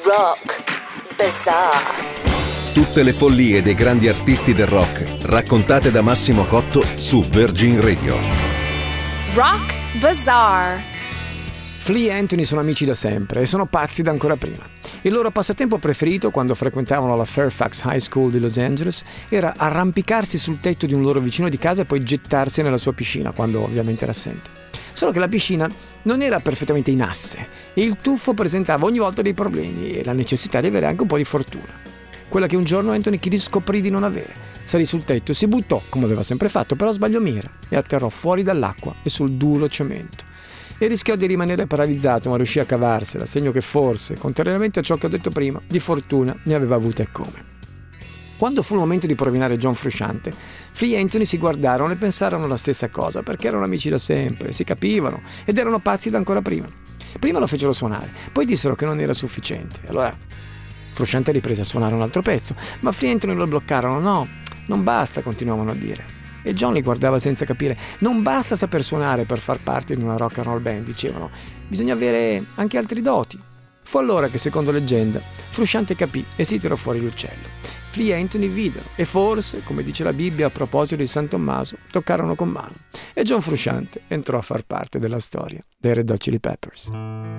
Rock Bazaar. Tutte le follie dei grandi artisti del rock, raccontate da Massimo Cotto su Virgin Radio. Rock Bazaar. Flea e Anthony sono amici da sempre e sono pazzi da ancora prima. Il loro passatempo preferito, quando frequentavano la Fairfax High School di Los Angeles, era arrampicarsi sul tetto di un loro vicino di casa e poi gettarsi nella sua piscina, quando ovviamente era assente. Solo che la piscina non era perfettamente in asse e il tuffo presentava ogni volta dei problemi e la necessità di avere anche un po' di fortuna. Quella che un giorno Anthony Kiedis scoprì di non avere. Salì sul tetto e si buttò, come aveva sempre fatto, però sbagliò mira e atterrò fuori dall'acqua e sul duro cemento. E rischiò di rimanere paralizzato, ma riuscì a cavarsela, segno che forse, contrariamente a ciò che ho detto prima, di fortuna ne aveva avuta e come. Quando fu il momento di provinare John Frusciante, Flea e Anthony si guardarono e pensarono la stessa cosa, perché erano amici da sempre, si capivano ed erano pazzi da ancora prima. Prima lo fecero suonare, poi dissero che non era sufficiente. Allora Frusciante riprese a suonare un altro pezzo, ma Flea e Anthony lo bloccarono. No, non basta, continuavano a dire. E John li guardava senza capire. Non basta saper suonare per far parte di una rock and roll band, dicevano. Bisogna avere anche altri doti. Fu allora che, secondo leggenda, Frusciante capì e si tirò fuori l'uccello. Flea e Anthony videro e forse, come dice la Bibbia a proposito di San Tommaso, toccarono con mano. E John Frusciante entrò a far parte della storia dei Red Hot Chili Peppers.